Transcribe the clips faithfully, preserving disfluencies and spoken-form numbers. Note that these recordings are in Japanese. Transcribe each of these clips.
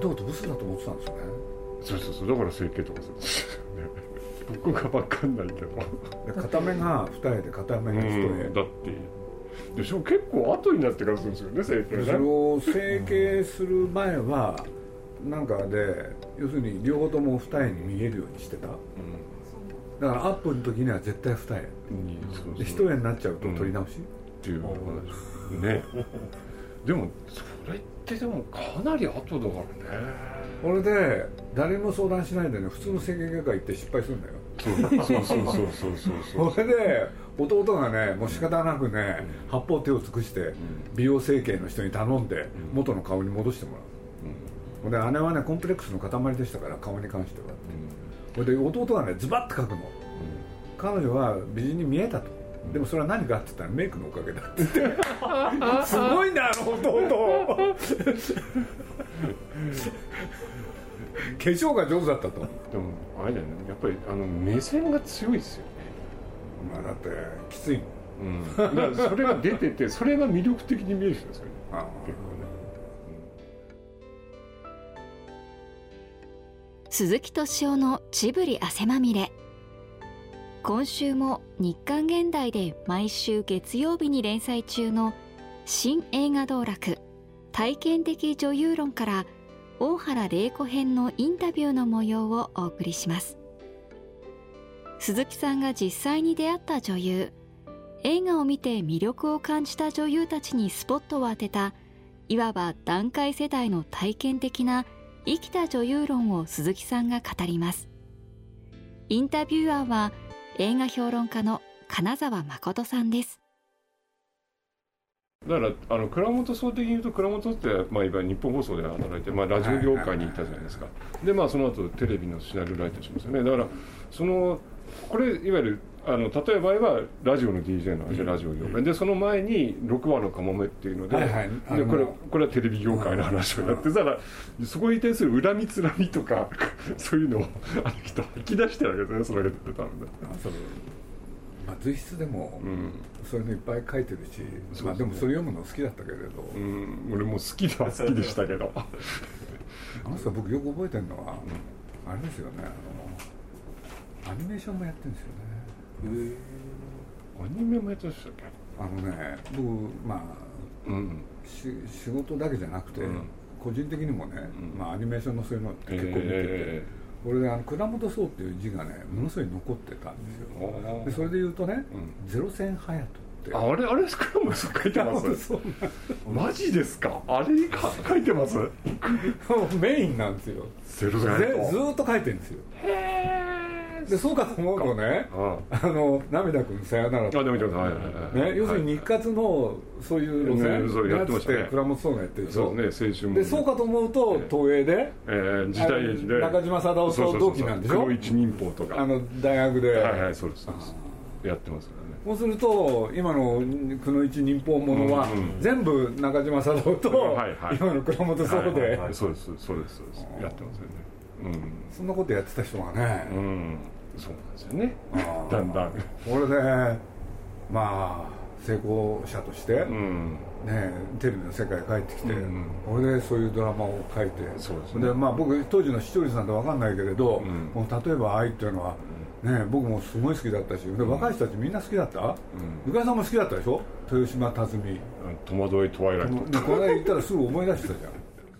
道とブスだと思ってたんですよね。 そうそうそう、だから整形とかするんですよね。僕が分かんないけどで片目が二重で片目が一重、 うん、だってでしょ、結構後になってからするんですよね、整形ね。 それを整形する前はなんかで要するに両方とも二重に見えるようにしてた、うん、だからアップの時には絶対二重、うん、そうそうで一重になっちゃうと取り直し、うん、っていう話ね。でもそれってでもかなり後だからね。 俺で誰も相談しないでね、普通の整形外科行って失敗するんだよ。 そうそうそうそうそうそうそれで弟がねもう仕方なくね、うん、八方手を尽くして、うん、美容整形の人に頼んで、うん、元の顔に戻してもらう、うん、で姉はねコンプレックスの塊でしたから、顔に関しては、うん、で弟がねズバッと書くの、うん、彼女は美人に見えたと、でもそれは何かって言ったらメイクのおかげだって言ってすごいなあの弟化粧が上手だったと。 でもあれだよね、やっぱりあの目線が強いですよね。 まあだってきついもん、 うん、だからそれが出ててそれが魅力的に見えるんですよね。ああ結構ね、 うん、鈴木敏夫のジブリ汗まみれ。今週も日刊現代で毎週月曜日に連載中の新映画道楽体験的女優論から大原麗子編のインタビューの模様をお送りします。鈴木さんが実際に出会った女優、映画を見て魅力を感じた女優たちにスポットを当てた、いわば団塊世代の体験的な生きた女優論を鈴木さんが語ります。インタビュアーは映画評論家の金沢誠さんです。 だからあの蔵元総的に言うと、蔵元って、まあ、今日本放送で働いて、まあ、ラジオ業界にいたじゃないですか。でまあその後テレビのシナリオライターしますよね。だからそのこれいわゆるあの例えばはラジオの ディージェー の話、うん、ラジオ業界で、その前にろくわのカモメっていうので、はいはい、でこれこれはテレビ業界の話をやってたら、そこに対する恨みつらみとかそういうのをあの人吐き出してるわけですね。それが出てたんで、 まあ、随筆でも、うん、そういうのいっぱい書いてるし、うん、まあ、でもそれ読むの好きだったけれど、 うん、俺も好きは好きでしたけどあの人は僕よく覚えてるのは、うん、あれですよね、あのアニメーションもやってるんですよね。 へえ、アニメもやってましたっけ。 あのね、僕まあ、うん、し仕事だけじゃなくて、うん、個人的にもね、うん、まあ、アニメーションのそういうのって結構見てて、えー俺であの蔵元荘っていう字がねものすごい残ってたんですよ、うん、でそれで言うとね、うん、ゼロ戦隼人ってあ, あれあれ蔵元荘書いてますマジですか。あれにか書いてますメインなんですよ。 ゼロ戦隼人ずーっと書いてるんですよ。へー。でそうかと思うとね、あの涙くんさよならとか、ね、要するに日活のそういう路線やってて蔵元荘がやってるでしょ。 そうね、青春もでそうかと思うと東映で、 えー、時代劇で中島貞夫と同期なんでしょ。 黒一忍法とかあの大学で、 はいはい、そうですそうですやってますからね。 そうすると今のくのいち忍法ものは、うんうん、全部中島貞夫と、はいはい、今の倉本荘で、はいはいはい、 そうですそうですそうですやってますよね、うん、 そんなことやってた人がね、 うん、そうなんですよね。だんだんこれでまあ成功者として、うんね、テレビの世界に帰ってきて、うんうん、俺でそういうドラマを書いて、そうですね。で、まあ、僕当時の視聴率なんて分かんないけれど、うん、もう例えば「愛」っていうのは、ね、僕もすごい好きだったし、で若い人たちみんな好きだった、うん、ゆかりさんも好きだったでしょ。豊島辰巳、 戸惑いトワイライト、 これ言ったらすぐ思い出してたじゃん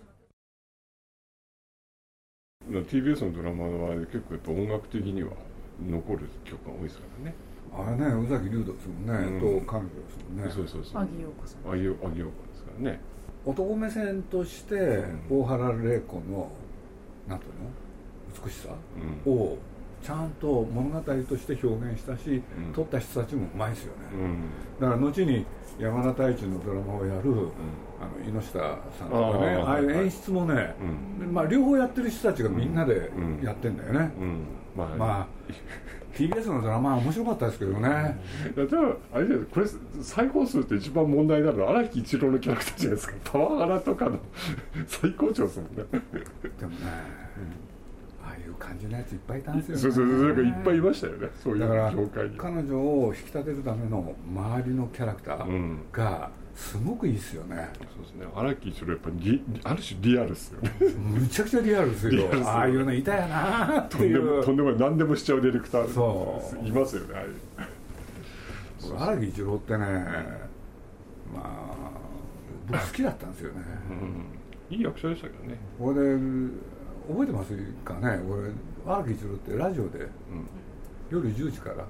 ティービーエス のドラマは結構やっぱ音楽的には残る曲が多いですからね。 あれね、宇崎竜斗ですもんね、うん、と彼女ですもんね。 そうそうそう、 萩陽子さん、 萩陽子ですからね。 男目線として大原麗子のなんていうの美しさをちゃんと物語として表現したし、うん、撮った人たちもうまいですよね、うん、だから後に山田太一のドラマをやる、うん、あの猪下さんとかね、ああいう演出もね、うん、まあ、両方やってる人たちがみんなでやってんだよね、うんうん、まあ、まあ、ティービーエス のドラマは面白かったですけどね。 だからあれじゃない、これ再放数って一番問題なのは荒木一郎のキャラクターじゃないですか。パワハラとかの最高潮ですもんね。 でもね、 ああいう感じのやついっぱいいたんですよね。 そうそうそう、なんかいっぱいいましたよね、そういう業界に。 だから彼女を引き立てるための周りのキャラクターがすごくいいですよね、うん、 そうですね。荒木一郎やっぱりある種リアルですよね。 むちゃくちゃリアルですよ。ああいうのいたやなっていう、 とんでもない何でもしちゃうディレクターそういますよね、ああいう荒木一郎ってね、まあ僕好きだったんですよね、 うん、いい役者でしたけどね。 俺覚えてますかね、俺荒木一郎ってラジオで、うん、夜じゅうじから、あ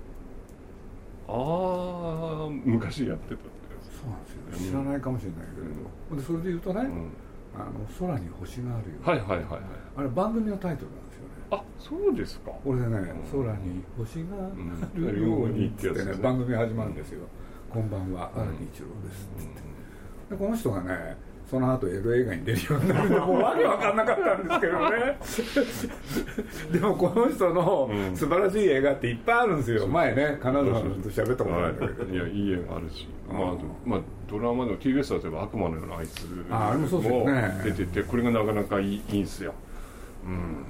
あ昔やってたって。 そうなんですよ、知らないかもしれないけれど、うん、でそれで言うとね、うん、あの空に星があるよ、 はいはいはいはい、 あれ番組のタイトルなんですよね。 あ、そうですか。 これでね、うん、空に星があるようにってってね、番組始まるんですよ、うん、こんばんは荒木一郎ですってって、うん、でこの人がねその後エロ映画に出るようになるのもうわけわかんなかったんですけどねでもこの人の素晴らしい映画っていっぱいあるんですよ、うん、前ね金沢さんと喋ったことあるんだけど、 いやいい映画あるし、まあまあ、ドラマの ティービーエス だと悪魔のようなあいつも出てて、これがなかなかいい、いいんですよ、うん、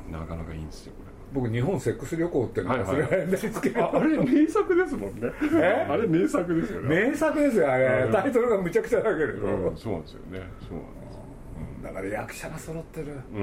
なかなかいいんですよこれ。 僕日本セックス旅行ってのは忘れないんですけど、 はいはい、あ, あれ名作ですもんねえあれ名作ですよね。 名作ですよあれ、タイトルがむちゃくちゃだけれど、 うん、そうなんですよね。そうなんです、 うん、だから役者が揃ってる、 うん、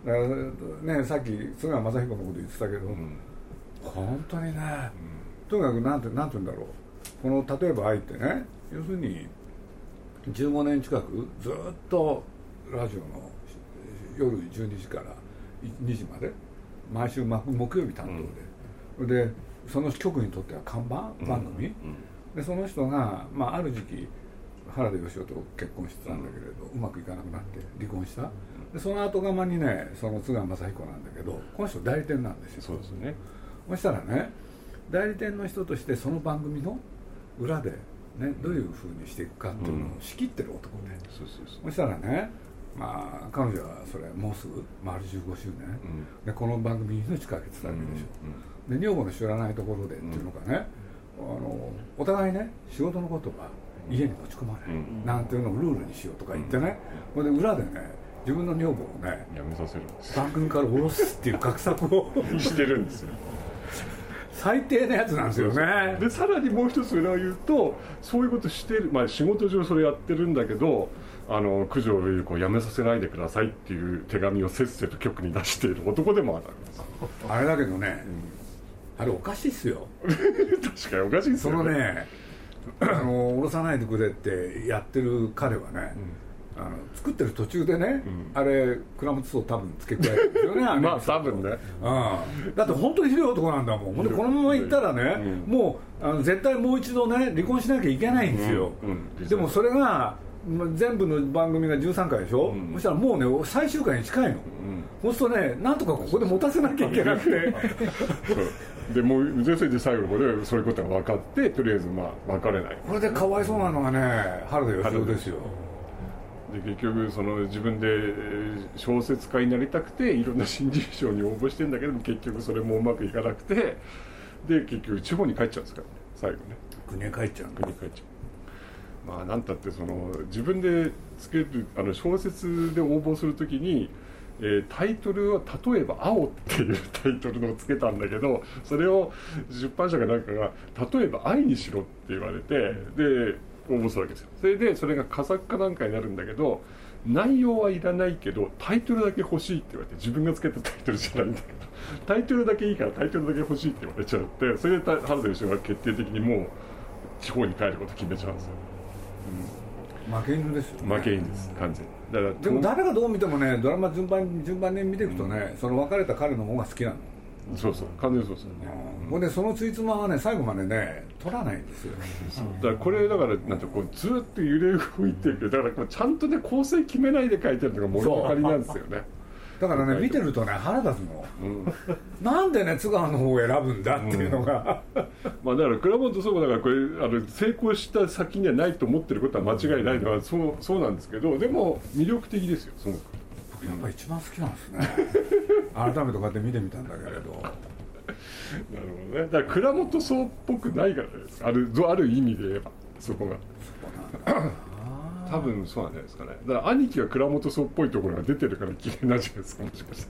だからねさっき津川雅彦のこと言ってたけど、うん、本当にね、うん、とにかくなんてなんて言うんだろう、この例えば愛ってね、要するにじゅうごねん近くずっとラジオの夜じゅうにじからにじまで毎週木曜日担当で、うん、でその局にとっては看板番組、うんうん、でその人が、まあ、ある時期原田芳雄と結婚してたんだけれど、うん、うまくいかなくなって離婚した、でその後釜にねその津川雅彦なんだけど、この人代理店なんですよ。 そうですね。 そしたらね代理店の人としてその番組の裏で、ね、どういうふうにしていくかっていうのを仕切ってる男で、うん、そうそうそう。そしたらね、まあ、彼女はそれもうすぐ丸じゅうごしゅうねん、うん、でこの番組に命かけてたわけでしょ、うんうん、で女房の知らないところでっていうのがね、うん、あのお互いね仕事のことは家に持ち込まない、うん、なんていうのをルールにしようとか言ってね、うん、で裏でね自分の女房をねやめさせるんです番組から下ろすっていう画策をしてるんですよ最低なやつなんですよね。 でさらにもう一つ裏を言うと、そういうことしてる、まあ、仕事上それやってるんだけど、あの九条瑠璃子を辞めさせないでくださいっていう手紙をせっせと局に出している男でもあるんです。 あれだけどね、うん、あれおかしいっすよ確かにおかしいっすよね。 そのねあの下ろさないでくれってやってる彼はね、うん、あの作ってる途中でね、うん、あれ倉本壮多分付け加えるんですよねまあ多分ね、 うん、だって本当にひどい男なんだもん。ほんでこのままいったらね、うん、もうあの絶対もう一度ね離婚しなきゃいけないんですよ、うんうん、でもそれが全部の番組がじゅうさんかいでしょ、うん、そしたらもうね最終回に近いの、うん、そうするとねなんとかここで持たせなきゃいけなくてでもうそれで最後の方でそういうことが分かってとりあえずまあ別れない。 これでかわいそうなのがね原田芳雄ですよ。 で結局その自分で小説家になりたくていろんな新人賞に応募してんだけども結局それもうまくいかなくてで結局地方に帰っちゃうんですからね最後ね。 国へ帰っちゃう国へ帰っちゃう。まあなんたってその自分でつけるあの小説で応募するときに、えー、タイトルは例えば青っていうタイトルのをつけたんだけどそれを出版社かなんかが例えば愛にしろって言われてで応募するわけですよ。それでそれが佳作かなんかになるんだけど内容はいらないけどタイトルだけ欲しいって言われて自分がつけたタイトルじゃないんだけどタイトルだけいいからタイトルだけ欲しいって言われちゃってそれで原田芳雄が決定的にもう地方に帰ることを決めちゃうんですよ。 うん、負け犬ですよ、ね、 負け犬です完全に。だからでも誰がどう見てもねドラマ順番順番に見ていくとね、うん、その別れた彼の方が好きなの。 そうそう完全にそうですよね。 ほんでそのついつまはね最後までね取らないんですよ。 だからこれだからなんてこうずっと揺れ動いてるだからちゃんとね構成決めないで書いてるのが物分かりなんですよね。 だからね見てるとね腹立つの、うん、なんでね津川の方を選ぶんだっていうのが、うん、まあだから倉本壮子だからこれあの成功した先にはないと思ってることは間違いないのはそうそうなんですけどでも魅力的ですよすごく。 やっぱり一番好きなんですね改めてこうやって見てみたんだけれどなるほどね。だから倉本壮っぽくないからですあるある意味で言えばそこがそうなんだ多分そうなんじゃないですかね。だから兄貴は倉本壮っぽいところが出てるから綺麗なんじゃないですかもしかしたら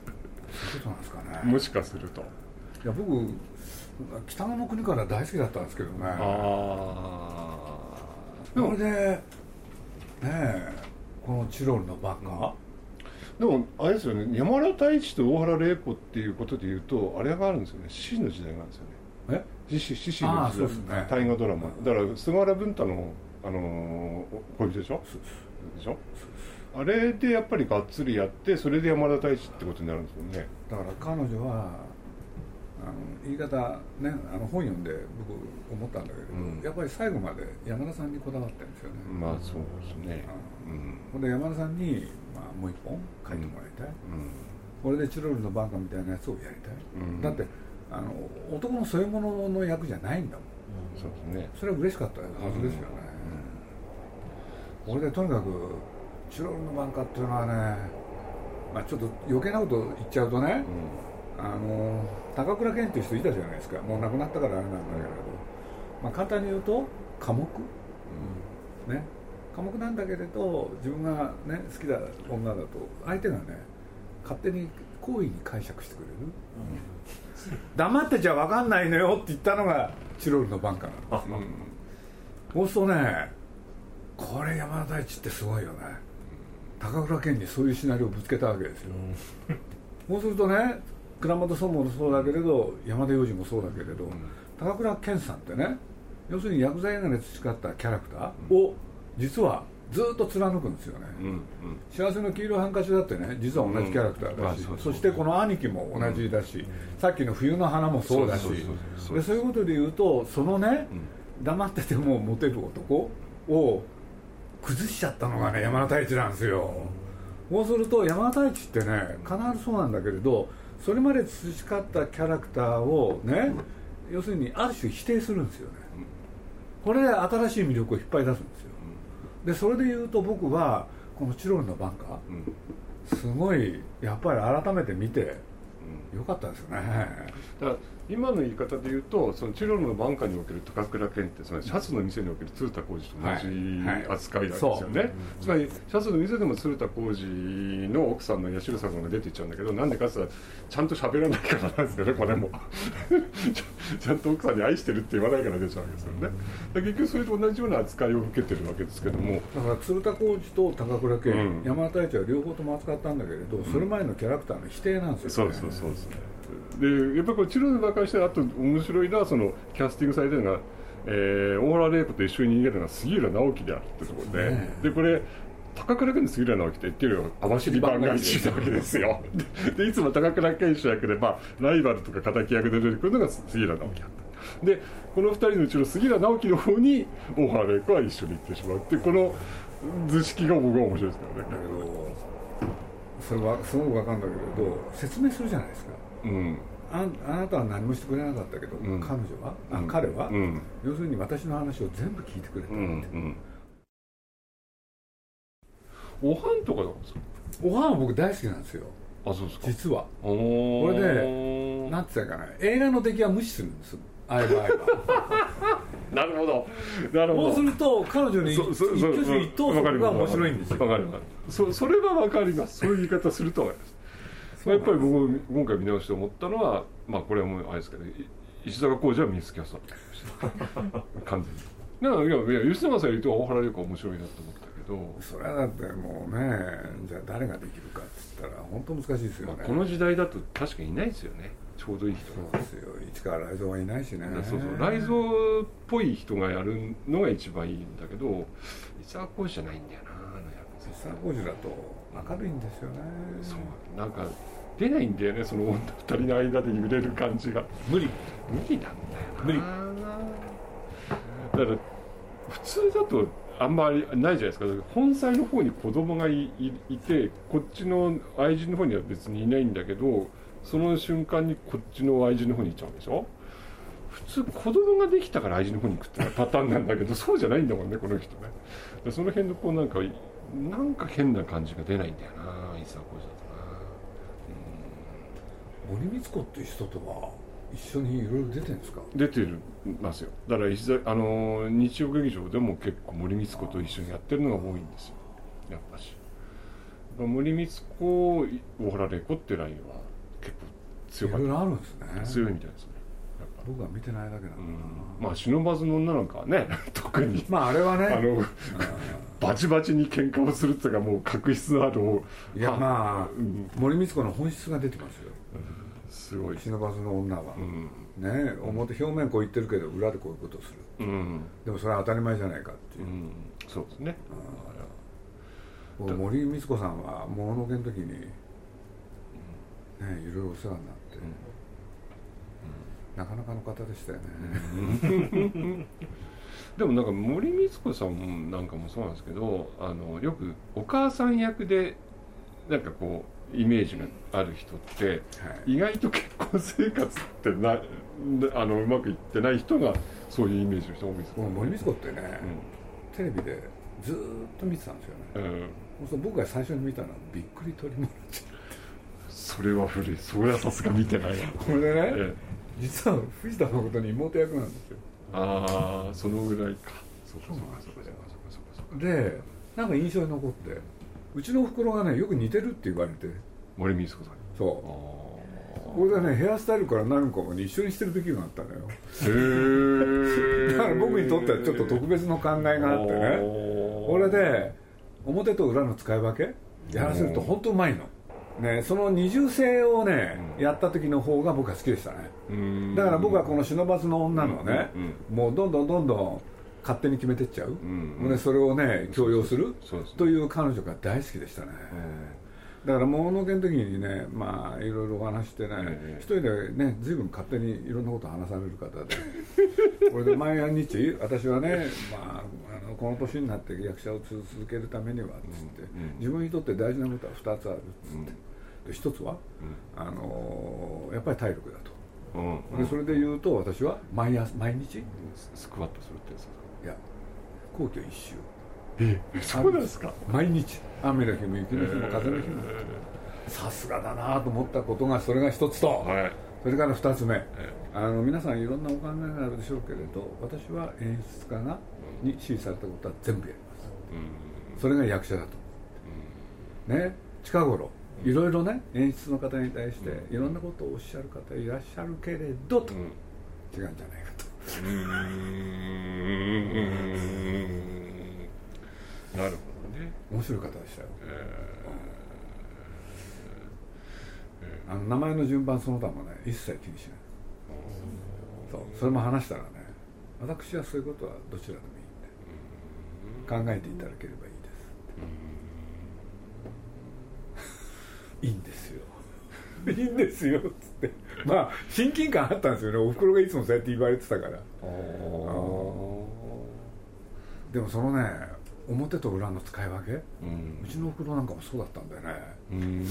そういうことなんですかね。 もしかすると。いや僕北の国から大好きだったんですけどね。ああ。それでねえこのチロルのバカ。 でもあれですよね、山田太一と大原麗子っていうことでいうとあれがあるんですよね、獅子の時代があるんですよね。 え？ 獅子の時代、ね、大河ドラマだから菅原文太のあの恋人でしょ。でしょ。あれでやっぱりがっつりやってそれで山田太一ってことになるんですよね。 だから彼女はあの言い方ね、あの本読んで僕思ったんだけれど、うん、やっぱり最後まで山田さんにこだわってるんですよね。 まあそうですね。 ほ、うん、んで山田さんに、まあ、もう一本書いてもらいたい、うん、これでチロルのバカみたいなやつをやりたい、うん、だってあの男の添え物の役じゃないんだもん、 うん、そうですね。 それは嬉しかったはずですよね、うんうん、これでとにかくチロルのバカっていうのはね、まあ、ちょっと余計なこと言っちゃうとね、うん、あの高倉健っていう人いたじゃないですか。もう亡くなったからあれなんだけれど、まあ、簡単に言うと寡黙、うん、ね、寡黙なんだけれど自分が、ね、好きな女だと相手がね勝手に好意に解釈してくれる、うん、黙ってちゃ分かんないのよって言ったのがチロルのバンカなんですよ、うん、そうするとねこれ山田太一ってすごいよね。高倉健にそういうシナリオをぶつけたわけですよ、うん、そうするとね倉本総務もそうだけれど山田洋次もそうだけれど、うん、高倉健さんってね要するに薬剤映画で培ったキャラクターを実はずっと貫くんですよね、うんうん、幸せの黄色いハンカチだってね実は同じキャラクターだし、うん、そしてこの兄貴も同じだし、うん、さっきの冬の花もそうだし、そういうことで言うとそのね、うん、黙っててもモテる男を崩しちゃったのがね山田太一なんですよ。そうすると山田太一ってね必ずそうなんだけれどそれまで培ったキャラクターをね要するにある種否定するんですよね。これで新しい魅力を引っ張り出すんですよ。でそれで言うと僕はこのチロルのバンカすごいやっぱり改めて見てよかったですよね。 だから今の言い方で言うとそのチロルのバンカにおける高倉健ってそのシャツの店における鶴田浩二と同じ扱いなんですよね、はいはい、つまりシャツの店でも鶴田浩二の奥さんの八代さんが出ていっちゃうんだけどなんでかって言ったらちゃんと喋らないからなんですよね。これもちゃんと奥さんに愛してるって言わないから出ちゃうんですよね。結局それと同じような扱いを受けてるわけですけどもだから鶴田浩二と高倉健、うん、山田太一は両方とも扱ったんだけれど、うん、それ前のキャラクターの否定なんですよね。 そうそうそうですね。でやっぱりこれチロルのバカにしてあと面白いのはそのキャスティングされてるのが、えー、大原麗子と一緒に逃げるのが杉浦直樹であるってところで、ね、でこれ高倉健の杉浦直樹って言ってるよ網走番外地なわけですよ。でいつも高倉健主役で、まあ、ライバルとか敵役で出てくるのが杉浦直樹だった。でこのふたりのうちの杉浦直樹の方に大原麗子は一緒に行ってしまうってこの図式が僕は面白いですからね。だけどそれはすごく分かるんだけれど説明するじゃないですか。うん、あ, あなたは何もしてくれなかったけど、うん、彼女は、あ、うん、彼は、うん、要するに私の話を全部聞いてくれたって、うんうん、 おはんとかなんですか。 おはんは僕大好きなんですよ。 あ、そうですか。 実はこれでなんて言ったかな映画の出来は無視するんですあえばあえばなるほどなるほど。 そうすると彼女に一挙手一投足が面白いんですよ。 わかります。そそれはわかります。そういう言い方すると思います。やっぱり僕今回見直して思ったのは、まあこれはもうあれですけど石坂浩二はミスキャスター完全に。だからいやいや吉永さん言うと大原麗子は面白いなと思ったけどそれはだってもうねじゃあ誰ができるかって言ったら本当難しいですよね、 まあ、この時代だと確かにいないですよね。ちょうどいい人が。そうですよ。市川雷蔵はいないしね。 そうそう雷蔵っぽい人がやるのが一番いいんだけど石坂浩二じゃないんだよな。 石坂浩二だと明るいんですよね。 そうなんか出ないんだよねそのふたりの間で揺れる感じが無理無理なんだよな。 無理だから普通だとあんまりないじゃないですか。本妻の方に子供が い, いてこっちの愛人の方には別にいないんだけどその瞬間にこっちの愛人の方に行っちゃうんでしょ。普通子供ができたから愛人の方に行くってパターンなんだけどそうじゃないんだもんねこの人ね。でその辺のこうなんかなんか変な感じが出ないんだよな石坂浩二だと。 森光子っていう人とは一緒にいろいろ出てるんですか。 出てるますよ。だから石あの日曜劇場でも結構森光子と一緒にやってるのが多いんですよやっぱし。森光子大原麗子っていうラインは強かった。 いろいろあるんですね。 強いみたいですね。 僕は見てないだけなのかな、 うん、まあ不忍の女なんかはね特にまああれはねあのバチバチに喧嘩をするっていうかもう確執のあるいやまあ、うん、森光子の本質が出てますよ、 うん、すごい不忍の女は、うん、ね表表面こう言ってるけど裏でこういうことをする、うん、でもそれは当たり前じゃないかっていう、うん、 そうですね、 うん、森光子さんはもののけの時にねいろいろお世話になって、うんなかなかの方でしたよねでもなんか森光子さんなんかもそうなんですけどあのよくお母さん役でなんかこうイメージがある人って、はい、意外と結婚生活ってなあのうまくいってない人がそういうイメージの人が多いです、ね、 森光子ってね、うん、テレビでずっと見てたんですよね、うん、そう僕が最初に見たのはびっくり取り物それは古いそれはさすが見てないこれでね、ええ実は藤田誠に妹役なんですよ。 ああそのぐらいか。そうかそうかそうかそうか。 でなんか印象に残ってうちのおふくろがねよく似てるって言われて森光子さんそうこれでねヘアスタイルから何かも一緒にしてる時があったのよへえだから僕にとってはちょっと特別の考えがあってねこれで表と裏の使い分けやらせると本当うまいのね、その二重性をね、うん、やった時の方が僕は好きでしたねだから僕はこの不忍の女のね、うんうん、もうどんどんどんどん勝手に決めてっちゃう、うんうん、それをね強要するという彼女が大好きでしたねだからもののけの時にねまあいろいろお話してね、えー、一人でね随分勝手にいろんなことを話される方でこれで毎日私はね、まあ、あのこの年になって役者を続けるためにはつって、うんうん、自分にとって大事なことはふたつあるっつって、うん一つは、うん、あのー、やっぱり体力だと、うんうん、でそれで言うと私は毎朝毎日スクワットするってやついや皇居一周えそうなんですか毎日雨の日も雪の日も風の日もさすがだなと思ったことがそれが一つと、はい、それから二つ目、はい、あの皆さんいろんなお考えがあるでしょうけれど私は演出家がに指示されたことは全部やります、うん、それが役者だと、うん、ね近頃いろいろね演出の方に対していろんなことをおっしゃる方いらっしゃるけれどと、うん、違うんじゃないかとうーんなるほどね面白い方でしたよ、えー、あの名前の順番その他もね一切気にしないそうそれも話したらね私はそういうことはどちらでもいいんで考えていただければいいいいんですよいいんですよっつってまあ親近感あったんですよねおふくろがいつもそうやって言われてたからあでもそのね表と裏の使い分け、うん、うちのおふくろなんかもそうだったんだよねうん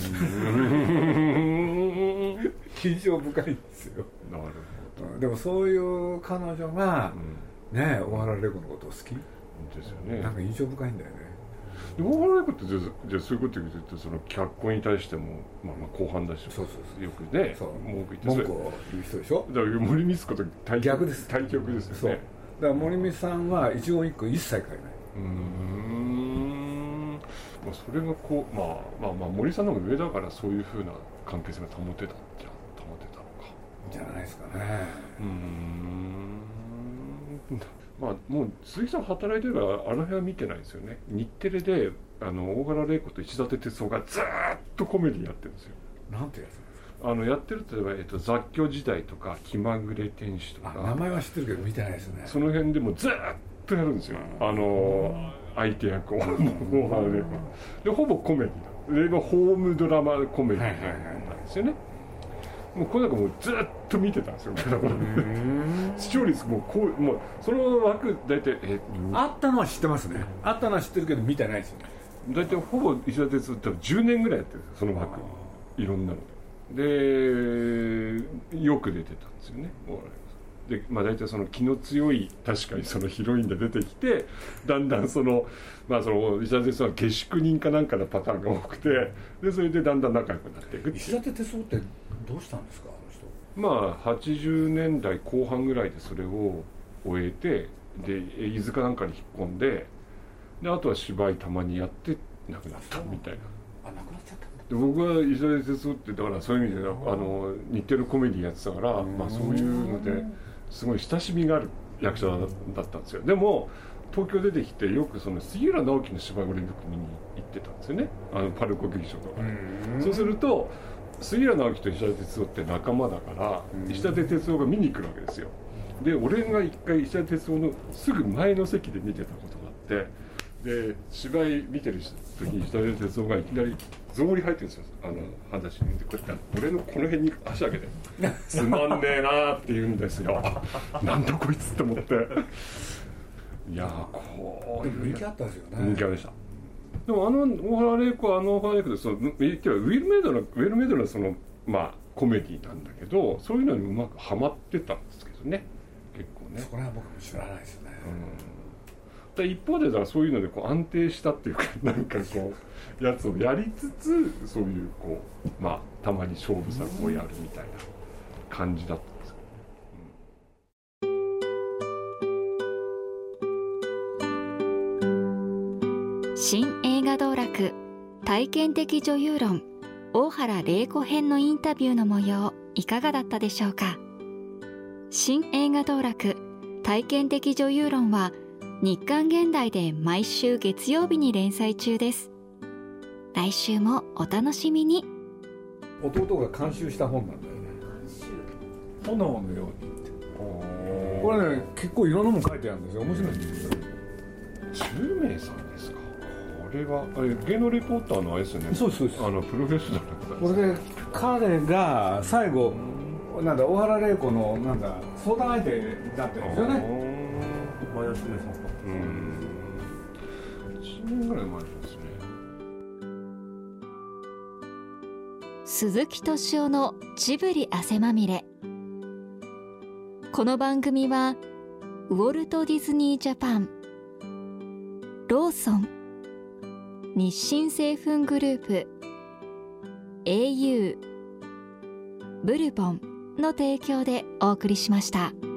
印象深いんですよなるほどでもそういう彼女が、うん、ね大原玲子のことを好きですよねなんか印象深いんだよね大原玲子ってじゃあそういうこと言うとその脚本に対しても、まあ、まあ後半だしそうそうそうよくね文句言って文句を言う人でしょだから森光子と対逆です対極ですよねだから森光さんは一言一句一切変えないうーん、まあ、それがこう、まあ、まあまあ森さんの方が上だからそういうふうな関係性が保てたんじゃ保てたのかじゃないですかねうーんまあ、もう鈴木さん働いてるからあの辺は見てないですよね日テレであの大原玲子と石立哲夫がずーっとコメディやってるんですよなんてやつなんですかあのやってると例えば、えっと、雑居時代とか気まぐれ天使とか名前は知ってるけど見てないですねその辺でもずーっとやるんですよあの相手役を大原玲子でほぼコメディだホームドラマコメディなんですよね、はいはいはいもうこれなんかもうずっと見てたんですよだから視聴率もうこうもうその枠大体えあったのは知ってますねあったのは知ってるけど見てないですよね大体ほぼ石田哲夫ってじゅうねんぐらいやってるんですよその枠いろんなのでよく出てたんですよねで、まあ、大体その気の強い確かにそのヒロインで出てきてだんだんそのまあその石田哲夫は下宿人かなんかのパターンが多くてでそれでだんだん仲良くなっていく石田哲夫ってどうしたんですかあの人まあはちじゅうねんだいこう半ぐらいでそれを終えてで飯塚なんかに引っ込んでであとは芝居たまにやって亡くなったみたいなあ亡くなっちゃったんだで僕は石田哲夫ってだからそういう意味であの日テレのコメディやってたから、まあ、そういうのですごい親しみがある役者だったんですよ。でも東京出てきてよくその杉浦直樹の芝居を俺よく見に行ってたんですよね、あのパルコ劇場とかで。そうすると杉浦直樹と石田哲夫って仲間だから石田哲夫が見に来るわけですよ。で俺が一回石田哲夫のすぐ前の席で見てたことがあって、で芝居見てる時に石田哲夫がいきなり草履履いてるんですよ、あの半田氏に。こうやって俺のこの辺に足上げてつまんねえなーって言うんですよ。なんだこいつって思って。いやーこういう人気あったですよね。 人気ありました。でもあの大原玲子はあの大原玲子でそのウィルメイドのウェルメイドのそのまあコメディなんだけど、そういうのにうまくはまってたんですけどね、結構ね。 そこら辺は僕も知らないですよね。 うん、で一方でだからそういうのでこう安定したっていうかなんかこうやつをやりつつ、そういうこうまあたまに勝負作をやるみたいな感じだったんですよ。 新映画道楽体験的女優論大原玲子編のインタビューの模様いかがだったでしょうか。新映画道楽体験的女優論は日刊現代で毎週月曜日に連載中です。来週もお楽しみに。 弟が監修した本なんだよね。炎のようにって。これね結構いろんなもの書いてあるんですよ。面白いんですよ。 じゅうめいさんですか。これはあれ芸能レポーターのあれですよね。 そうですそうです。 あのプロフェッショナルな方です。 これで彼が最後なんだ大原玲子のなんだ相談相手だったんですよね。 前田純さんか。 うん。いちねんぐらい前ですね。 鈴木敏夫のジブリ汗まみれ。この番組はウォルト・ディズニー・ジャパン、ローソン、日清製粉グループ、エーユー、ブルボンの提供でお送りしました。